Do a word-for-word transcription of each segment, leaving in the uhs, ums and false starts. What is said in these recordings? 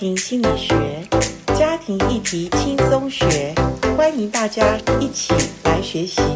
庭心理学，家庭议题轻松学，欢迎大家一起来学习。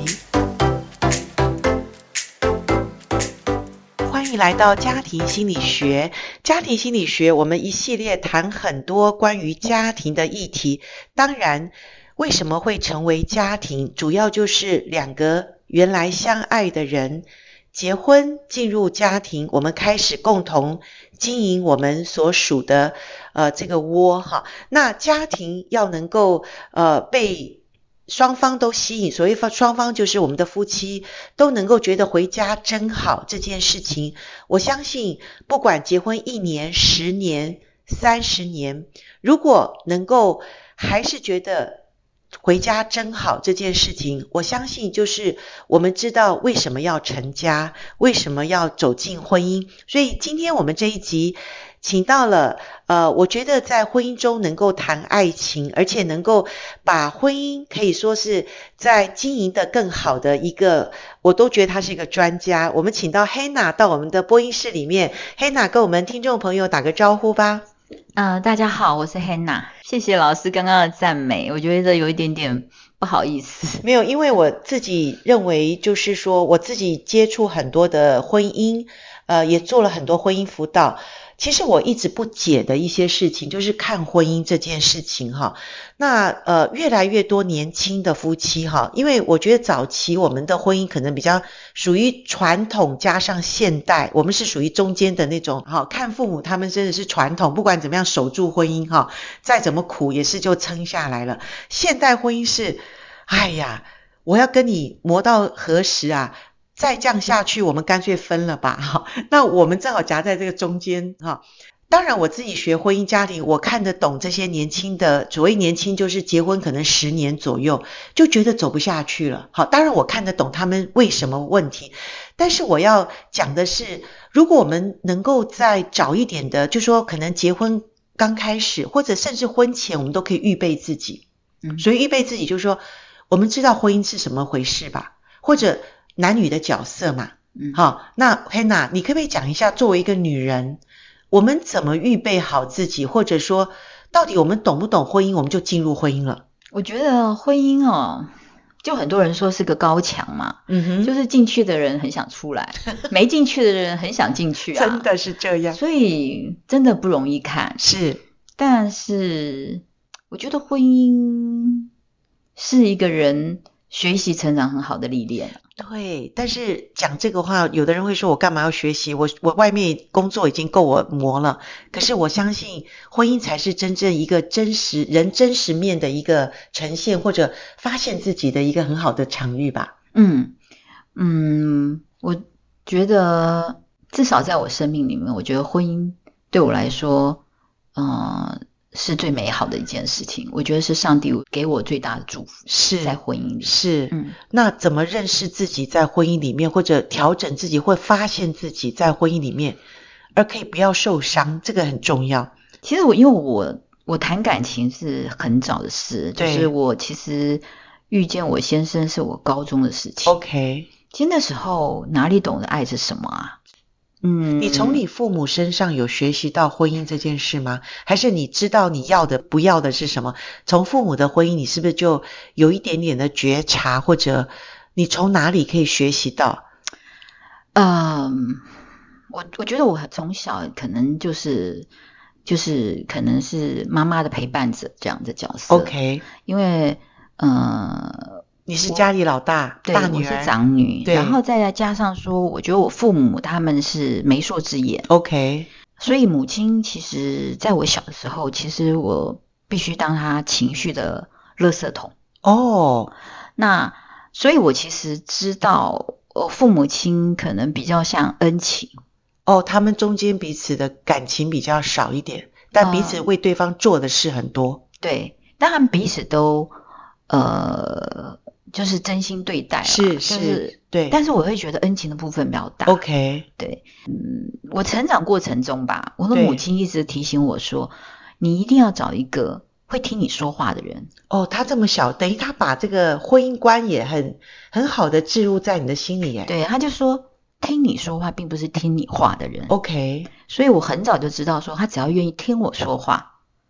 欢迎来到家庭心理学。家庭心理学，我们一系列谈很多关于家庭的议题。当然，为什么会成为家庭，主要就是两个原来相爱的人结婚进入家庭，我们开始共同经营我们所属的呃这个窝哈。那家庭要能够呃被双方都吸引，所谓双方就是我们的夫妻都能够觉得回家真好这件事情，我相信不管结婚一年、十年、三十年，如果能够还是觉得回家真好这件事情，我相信就是我们知道为什么要成家，为什么要走进婚姻。所以今天我们这一集请到了呃，我觉得在婚姻中能够谈爱情，而且能够把婚姻可以说是在经营的更好的一个，我都觉得他是一个专家。我们请到 Hannah 到我们的播音室里面， Hannah 跟我们听众朋友打个招呼吧。 呃，大家好，我是 Hannah， 谢谢老师刚刚的赞美，我觉得有一点点不好意思。 没有，因为我自己认为就是说我自己接触很多的婚姻，呃，也做了很多婚姻辅导。其实我一直不解的一些事情，就是看婚姻这件事情哈。那呃，越来越多年轻的夫妻哈，因为我觉得早期我们的婚姻可能比较属于传统加上现代，我们是属于中间的那种哈。看父母他们真的是传统，不管怎么样守住婚姻哈，再怎么苦也是就撑下来了。现代婚姻是，哎呀，我要跟你磨到何时啊？再这样下去我们干脆分了吧哈。那我们正好夹在这个中间哈。当然我自己学婚姻家庭，我看得懂这些年轻的，所谓年轻就是结婚可能十年左右就觉得走不下去了。好，当然我看得懂他们为什么问题，但是我要讲的是，如果我们能够再早一点的，就说可能结婚刚开始或者甚至婚前我们都可以预备自己。嗯，所以预备自己就是说我们知道婚姻是什么回事吧，或者男女的角色嘛。嗯，好，那 Hannah 你可不可以讲一下作为一个女人我们怎么预备好自己，或者说到底我们懂不懂婚姻我们就进入婚姻了？ 我觉得婚姻哦，就很多人说是个高墙嘛，嗯哼，就是进去的人很想出来没进去的人很想进去啊， 真的是这样， 所以真的不容易看。 是，但是我觉得婚姻是一个人学习成长很好的历练。 对，但是讲这个话，有的人会说我干嘛要学习，我我外面工作已经够我磨了。可是我相信婚姻才是真正一个真实人真实面的一个呈现，或者发现自己的一个很好的场域吧。 嗯嗯，我觉得至少在我生命里面，我觉得婚姻对我来说呃是最美好的一件事情，我觉得是上帝给我最大的祝福，是在婚姻里。 是，嗯，那怎么认识自己在婚姻里面，或者调整自己，或发现自己在婚姻里面，而可以不要受伤，这个很重要。 其实我因为我我谈感情是很早的事，就是我其实遇见我先生是我高中的事情。 OK， 其实那时候哪里懂得爱是什么啊？ 嗯，你从你父母身上有学习到婚姻这件事吗？还是你知道你要的不要的是什么？从父母的婚姻你是不是就有一点点的觉察，或者你从哪里可以学习到？ 嗯，我我觉得我从小可能就是就是可能是妈妈的陪伴者这样的角色。 OK， 因为呃你是家里老大，大女儿， 我是长女，然后再加上说我觉得我父母他们是媒妁之言。 OK， 所以母亲其实在我小的时候，其实我必须当她情绪的垃圾桶。 哦， 那所以我其实知道我父母亲可能比较像恩情。 哦，他们中间彼此的感情比较少一点，但彼此为对方做的事很多。 呃、对，但他们彼此都呃就是真心对待， 是是、就是、 对， 但是我会觉得恩情的部分比较大。 OK， 对，嗯，我成长过程中吧，我的母亲一直提醒我说你一定要找一个会听你说话的人。 哦，他这么小，等于他把这个婚姻观也很很好的置入在你的心里耶。 对，他就说听你说话并不是听你话的人。 OK， 所以我很早就知道说他只要愿意听我说话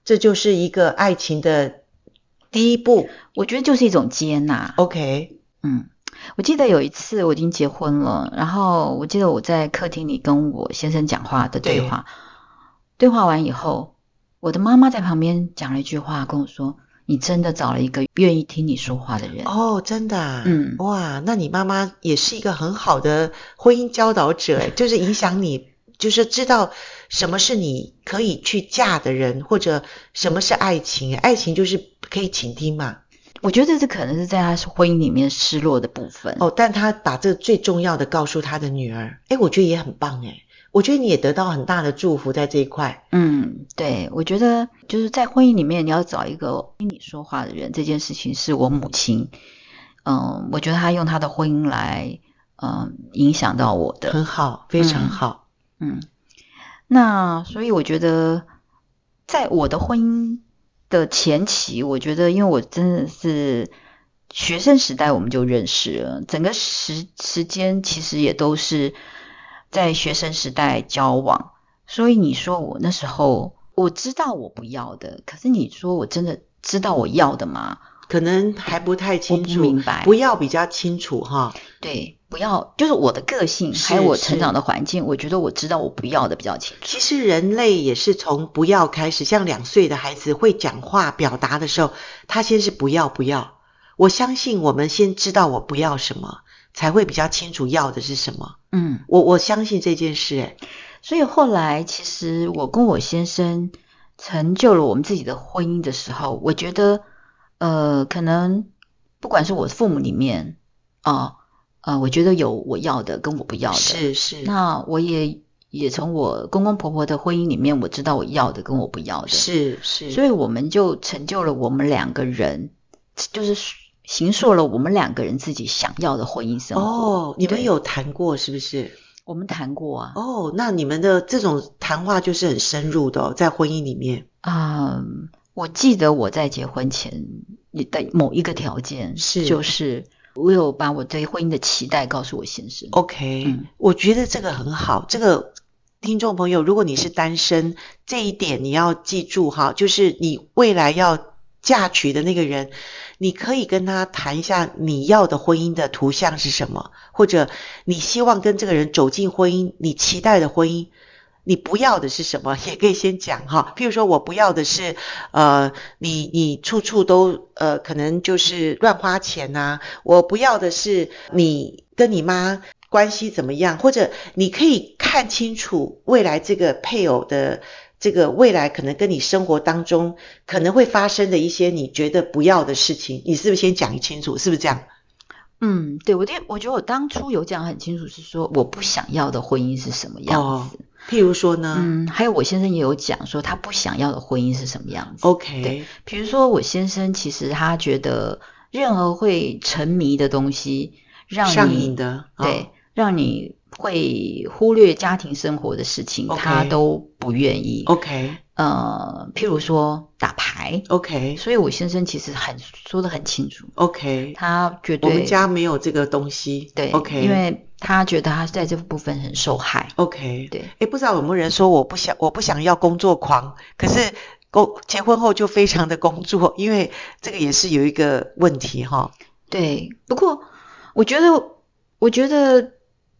这就是一个爱情的第一步。 我觉得就是一种接纳。 OK， 嗯，我记得有一次我已经结婚了，然后我记得我在客厅里跟我先生讲话的对话，对话完以后，我的妈妈在旁边讲了一句话跟我说，你真的找了一个愿意听你说话的人。 哦，真的啊？ 嗯， 哇，那你妈妈也是一个很好的婚姻教导者，就是影响你，就是知道什么是你可以去嫁的人，或者什么是爱情。爱情就是可以倾听嘛。 我觉得这可能是在他婚姻里面失落的部分。 哦，但他把这最重要的告诉他的女儿，诶，我觉得也很棒诶。我觉得你也得到很大的祝福在这一块。 嗯，对，我觉得就是在婚姻里面你要找一个听你说话的人，这件事情是我母亲，嗯，我觉得她用她的婚姻来嗯影响到我的。 很好，非常好。 嗯，嗯，那所以我觉得在我的婚姻的前期，我觉得因为我真的是学生时代我们就认识了，整个时时间其实也都是在学生时代交往，所以你说我那时候我知道我不要的，可是你说我真的知道我要的吗？ 可能还不太清楚， 我不明白， 不要比较清楚哈。 对，不要就是我的个性还有我成长的环境，我觉得我知道我不要的比较清楚。 其实人类也是从不要开始，像两岁的孩子会讲话表达的时候，他先是不要不要。我相信我们先知道我不要什么，才会比较清楚要的是什么。 嗯， 我我相信这件事诶。 所以后来其实我跟我先生成就了我们自己的婚姻的时候，我觉得呃，可能不管是我父母里面啊呃，我觉得有我要的跟我不要的， 是是。 那我也也从我公公婆婆的婚姻里面，我知道我要的跟我不要的， 是是。 所以我们就成就了我们两个人，就是形塑了我们两个人自己想要的婚姻生活。 哦，你们有谈过是不是？ 我们谈过啊。 哦，那你们的这种谈话就是很深入的哦，在婚姻里面。 嗯，我记得我在结婚前的某一个条件是，就是我有把我对婚姻的期待告诉我先生。 OK， 嗯， 我觉得这个很好。这个听众朋友，如果你是单身，这一点你要记住哈，就是你未来要嫁娶的那个人，你可以跟他谈一下你要的婚姻的图像是什么，或者你希望跟这个人走进婚姻，你期待的婚姻，你不要的是什么，也可以先讲哈。譬如说我不要的是呃你你处处都呃可能就是乱花钱啊，我不要的是你跟你妈关系怎么样，或者你可以看清楚未来这个配偶的这个未来可能跟你生活当中可能会发生的一些你觉得不要的事情，你是不是先讲清楚，是不是这样？ 嗯，对，我觉得我觉得我当初有讲很清楚，是说我不想要的婚姻是什么样子。哦， 譬如说呢？ 嗯，还有我先生也有讲说他不想要的婚姻是什么样子。 OK， 对，比如说我先生其实他觉得任何会沉迷的东西，让你上瘾的， 哦，对，让你会忽略家庭生活的事情， okay， 他都不愿意。 OK， 呃，譬如说打牌 ，OK， 所以我先生其实很说得很清楚 ，OK， 他绝对我们家没有这个东西， 对 ，OK， 因为他觉得他在这部分很受害 ，OK， 对， 诶，不知道有没有人说我不想我不想要工作狂，可是工结婚后就非常的工作，因为这个也是有一个问题哈。 对，不过我觉得我觉得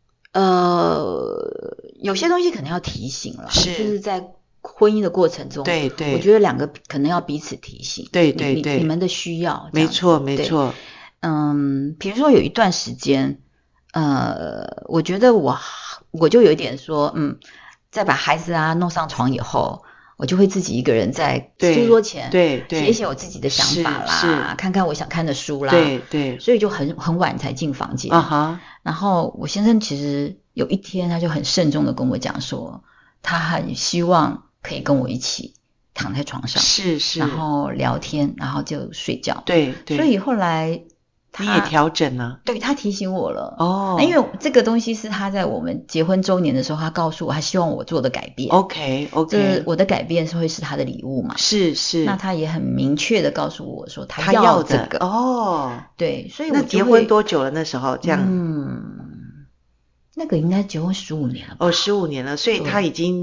呃有些东西可能要提醒了， 是就是在婚姻的过程中， 对对， 我觉得两个可能要彼此提醒， 对对对， 你, 你们的需要， 没错没错。 嗯，比如说有一段时间，呃，我觉得我我就有一点说，嗯，在把孩子啊弄上床以后，我就会自己一个人在书桌前， 对对， 写写我自己的想法啦，看看我想看的书啦， 对对， 所以就很很晚才进房间。 啊哈， 然后我先生其实有一天他就很慎重的跟我讲说，他很希望可以跟我一起躺在床上， 是是， 然后聊天，然后就睡觉。 对对， 所以后来你也调整了， 对，他提醒我了哦， 因为这个东西是他在我们结婚周年的时候，他告诉我他希望我做的改变。 OK OK， 这我的改变是会是他的礼物嘛？ 是是， 那他也很明确的告诉我说他他要这个哦， 对，所以我那结婚多久了？那时候这样， 嗯，那个应该结婚十五年了吧？ 哦，十五年了，所以他已经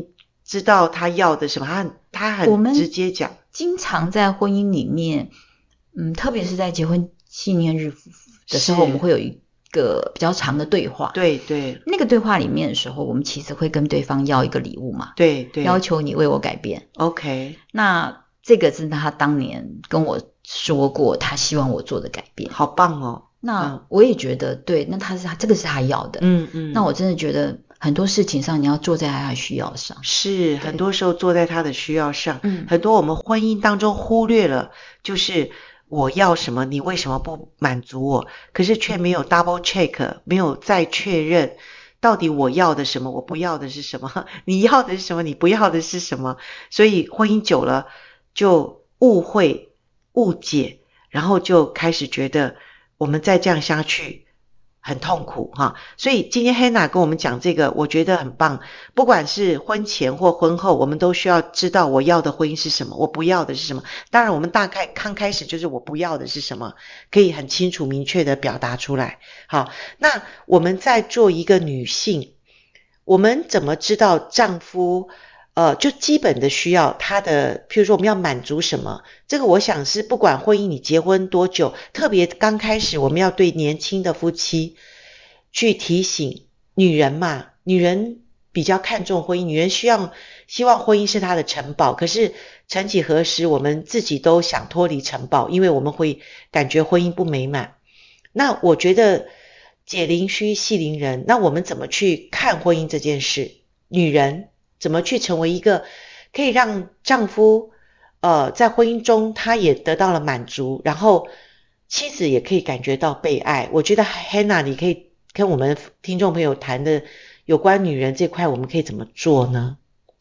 知道他要的什么？他很他我们很直接讲。 经常在婚姻里面，嗯，特别是在结婚纪念日的时候，我们会有一个比较长的对话。 对对， 那个对话里面的时候，我们其实会跟对方要一个礼物嘛。 对对， 要求你为我改变。 OK， 那这个是他当年跟我说过，他希望我做的改变。 好棒哦。 那我也觉得对，那他是这个是他要的。 嗯嗯。 那我真的觉得很多事情上你要坐在他的需要上。 是，很多时候坐在他的需要上。 嗯。 很多我们婚姻当中忽略了，就是我要什么，你为什么不满足我？可是却没有 double check， 没有再确认到底我要的什么，我不要的是什么，你要的是什么，你不要的是什么。所以婚姻久了就误会误解，然后就开始觉得我们再这样下去很痛苦哈。所以今天 Hannah 跟我们讲这个，我觉得很棒。不管是婚前或婚后，我们都需要知道我要的婚姻是什么，我不要的是什么。当然我们大概刚开始就是我不要的是什么，可以很清楚明确的表达出来。好，那我们在做一个女性，我们怎么知道丈夫呃，就基本的需要，他的譬如说我们要满足什么，这个我想是不管婚姻你结婚多久，特别刚开始我们要对年轻的夫妻去提醒。女人嘛，女人比较看重婚姻，女人需要希望婚姻是她的城堡，可是曾几何时我们自己都想脱离城堡，因为我们会感觉婚姻不美满。那我觉得解铃须系铃人，那我们怎么去看婚姻这件事？女人怎么去成为一个可以让丈夫呃在婚姻中他也得到了满足，然后妻子也可以感觉到被爱。我觉得 Hannah 你可以跟我们听众朋友谈的有关女人这块，我们可以怎么做呢？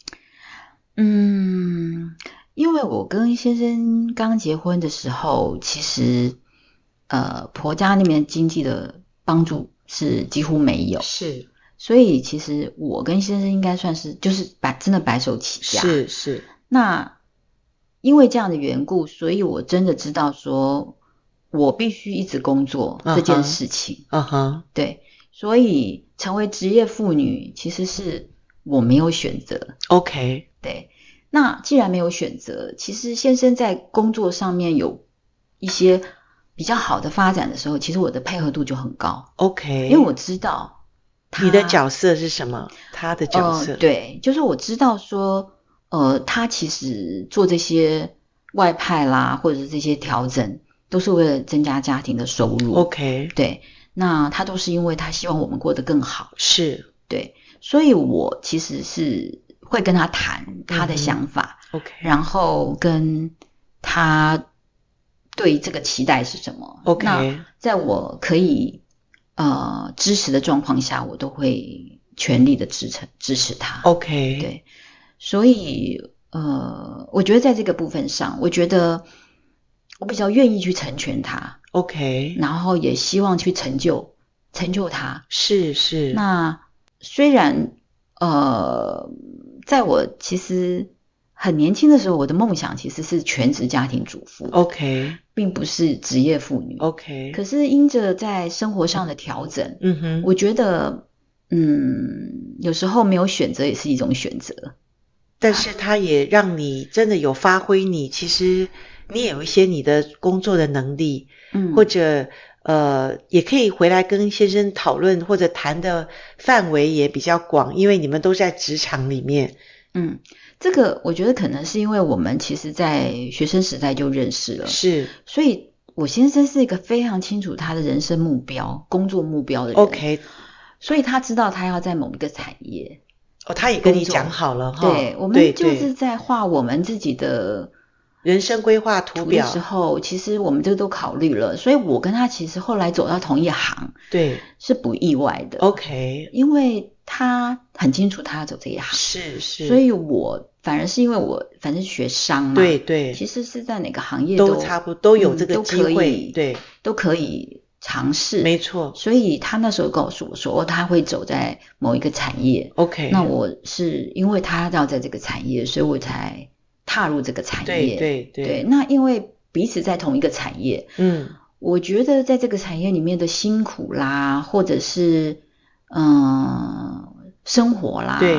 嗯，因为我跟先生刚结婚的时候，其实呃婆家那边经济的帮助是几乎没有。 是。 所以其实我跟先生应该算是就是白真的白手起家。 是是。 那因为这样的缘故，所以我真的知道说我必须一直工作这件事情。 嗯哼。 对，所以成为职业妇女其实是我没有选择。 OK。 对，那既然没有选择，其实先生在工作上面有一些比较好的发展的时候，其实我的配合度就很高。 OK。 因为我知道你的角色是什么？他的角色、 呃、对，就是我知道说呃，他其实做这些外派啦或者是这些调整都是为了增加家庭的收入。 OK。 对，那他都是因为他希望我们过得更好。 是。 对，所以我其实是会跟他谈他的想法、 嗯、OK， 然后跟他对这个期待是什么。 OK， 那在我可以呃，支持的状况下，我都会全力的支持支持他。 OK， 对，所以呃，我觉得在这个部分上，我觉得我比较愿意去成全他。 OK， 然后也希望去成就成就他。 是是。 那虽然呃，在我其实很年轻的时候，我的梦想其实是全职家庭主妇。 OK， 并不是职业妇女。 OK， 可是因着在生活上的调整， 嗯哼， 我觉得嗯，有时候没有选择也是一种选择。 但是它也让你真的有发挥你其实你也有一些你的工作的能力， 嗯， 或者呃也可以回来跟先生讨论，或者谈的范围也比较广，因为你们都在职场里面。 嗯，这个我觉得可能是因为我们其实在学生时代就认识了， 是， 所以我先生是一个非常清楚他的人生目标工作目标的人。 OK， 所以他知道他要在某一个产业。 哦，他也跟你讲好了哈。 对，我们就是在画我们自己的人生规划图表的时候，其实我们这个都考虑了，所以我跟他其实后来走到同一行， 对， 是不意外的。 OK， 因为他很清楚他要走这一行， 是是， 所以我反而是因为我反正学商嘛， 对对， 其实是在哪个行业 都, 都差不多都有这个机会、 嗯、 对， 都可以尝试， 没错。 所以他那时候告诉我说、哦、他会走在某一个产业。 OK， 那我是因为他要在这个产业，所以我才踏入这个产业。 对对 对, 对，那因为彼此在同一个产业， 嗯， 我觉得在这个产业里面的辛苦啦，或者是嗯生活啦， 对，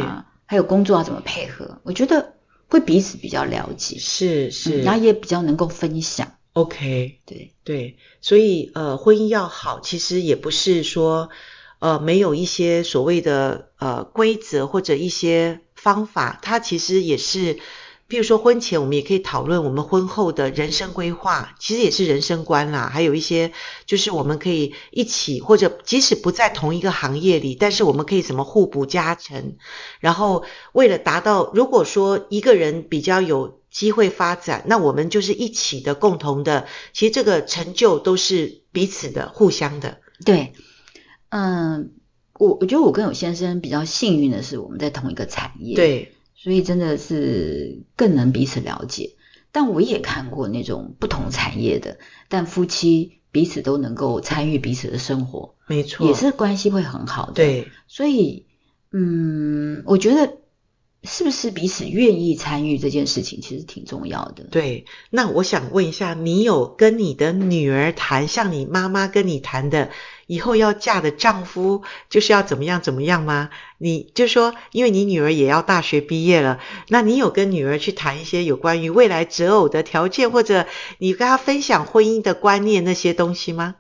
还有工作要怎么配合，我觉得会彼此比较了解， 是是， 嗯，然后也比较能够分享。 OK， 对对，所以呃，婚姻要好，其实也不是说呃没有一些所谓的呃规则或者一些方法，它其实也是，比如说婚前我们也可以讨论我们婚后的人生规划，其实也是人生观啦，还有一些就是我们可以一起，或者即使不在同一个行业里，但是我们可以怎么互补加成，然后为了达到，如果说一个人比较有机会发展，那我们就是一起的共同的，其实这个成就都是彼此的互相的。 对，嗯，我我觉得我跟我先生比较幸运的是我们在同一个产业， 对， 所以真的是更能彼此了解。但我也看过那种不同产业的，但夫妻彼此都能够参与彼此的生活， 没错， 也是关系会很好的。 对， 所以嗯，我觉得是不是彼此愿意参与这件事情其实挺重要的。 对，那我想问一下，你有跟你的女儿谈，像你妈妈跟你谈的以后要嫁的丈夫就是要怎么样怎么样吗？你就说因为你女儿也要大学毕业了，那你有跟女儿去谈一些有关于未来择偶的条件，或者你跟她分享婚姻的观念那些东西吗？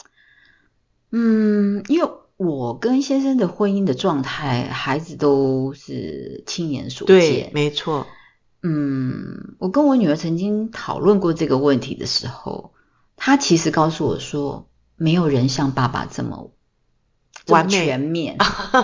嗯，因为我跟先生的婚姻的状态，孩子都是亲眼所见。 对，没错。 嗯，我跟我女儿曾经讨论过这个问题的时候，她其实告诉我说，没有人像爸爸这么完美全面。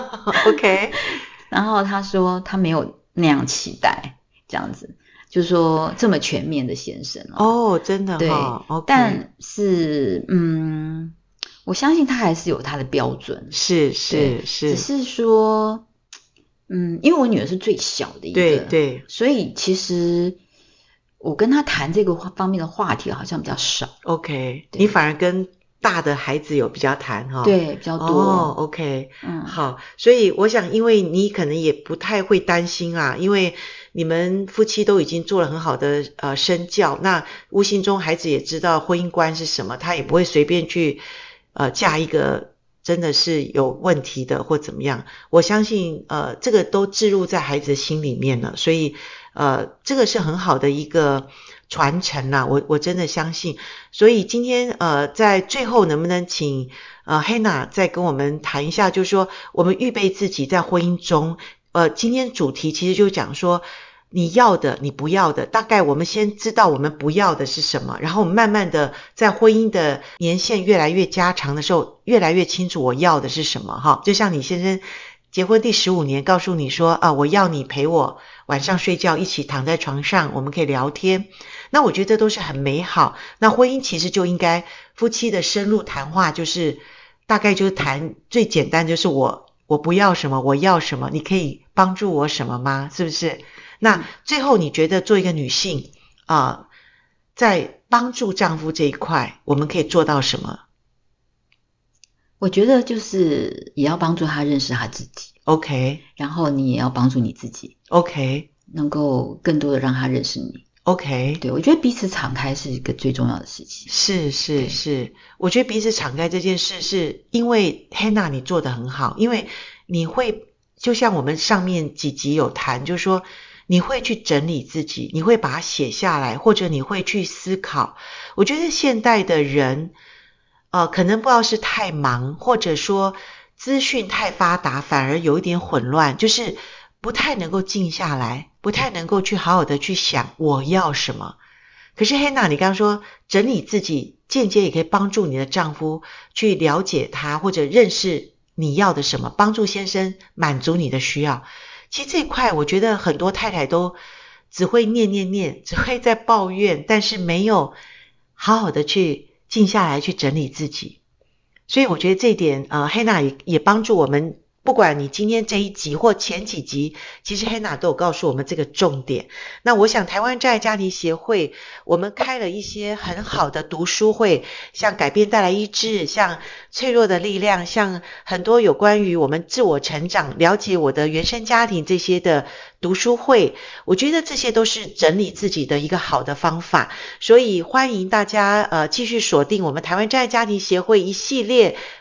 OK， 然后她说她没有那样期待，这样子，就是说这么全面的先生哦，哦真的对、 哦 OK， 但是嗯。我相信他还是有他的标准， 是是是， 只是说，嗯，因为我女儿是最小的一个， 对对， 所以其实我跟他谈这个方面的话题好像比较少。 OK， 你反而跟大的孩子有比较谈哈、哦， 对，比较多。 哦 OK， 嗯， 好，所以我想，因为你可能也不太会担心啊，因为你们夫妻都已经做了很好的呃身教，那无形中孩子也知道婚姻观是什么，他也不会随便去。呃，嫁一个真的是有问题的或怎么样，我相信呃，这个都置入在孩子的心里面了，所以呃，这个是很好的一个传承啦，我我真的相信。所以今天呃，在最后能不能请呃 Hannah 再跟我们谈一下，就是说我们预备自己在婚姻中，呃，今天主题其实就讲说。你要的你不要的，大概我们先知道我们不要的是什么，然后我们慢慢的在婚姻的年限越来越加长的时候，越来越清楚我要的是什么哈。就像你先生结婚第十五年告诉你说啊，我要你陪我晚上睡觉一起躺在床上，我们可以聊天，那我觉得都是很美好。那婚姻其实就应该夫妻的深入谈话，就是大概就是谈最简单，就是我我不要什么，我要什么，你可以帮助我什么吗？是不是？那最后你觉得做一个女性啊、呃，在帮助丈夫这一块我们可以做到什么？ 我觉得就是也要帮助他认识他自己 OK， 然后你也要帮助你自己 OK， 能够更多的让他认识你 OK， 对，我觉得彼此敞开是一个最重要的事情。 是是是，我觉得彼此敞开这件事是因为 Hannah 你做得很好，因为你会就像我们上面几集有谈，就是说你会去整理自己，你会把它写下来，或者你会去思考。我觉得现代的人呃，可能不知道是太忙，或者说资讯太发达，反而有一点混乱，就是不太能够静下来，不太能够去好好的去想我要什么。可是 Hannah 你刚刚说整理自己，间接也可以帮助你的丈夫去了解他，或者认识你要的什么，帮助先生满足你的需要。其实这一块我觉得很多太太都只会念念念，只会在抱怨，但是没有好好的去静下来去整理自己。所以我觉得这一点呃 Hannah 也也帮助我们，不管你今天这一集或前几集，其实 Hannah 都有告诉我们这个重点。那我想台湾真爱家庭协会我们开了一些很好的读书会，像改变带来医治，像脆弱的力量，像很多有关于我们自我成长，了解我的原生家庭这些的读书会，我觉得这些都是整理自己的一个好的方法。所以欢迎大家呃继续锁定我们台湾真爱家庭协会一系列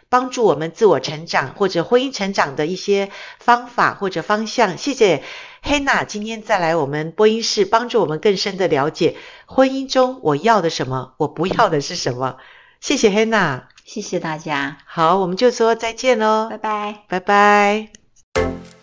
帮助我们自我成长或者婚姻成长的一些方法或者方向。谢谢Hannah今天再来我们播音室，帮助我们更深的了解婚姻中我要的什么，我不要的是什么。谢谢 Hannah， 谢谢大家， 好，我们就说再见咯， 拜拜， 拜拜。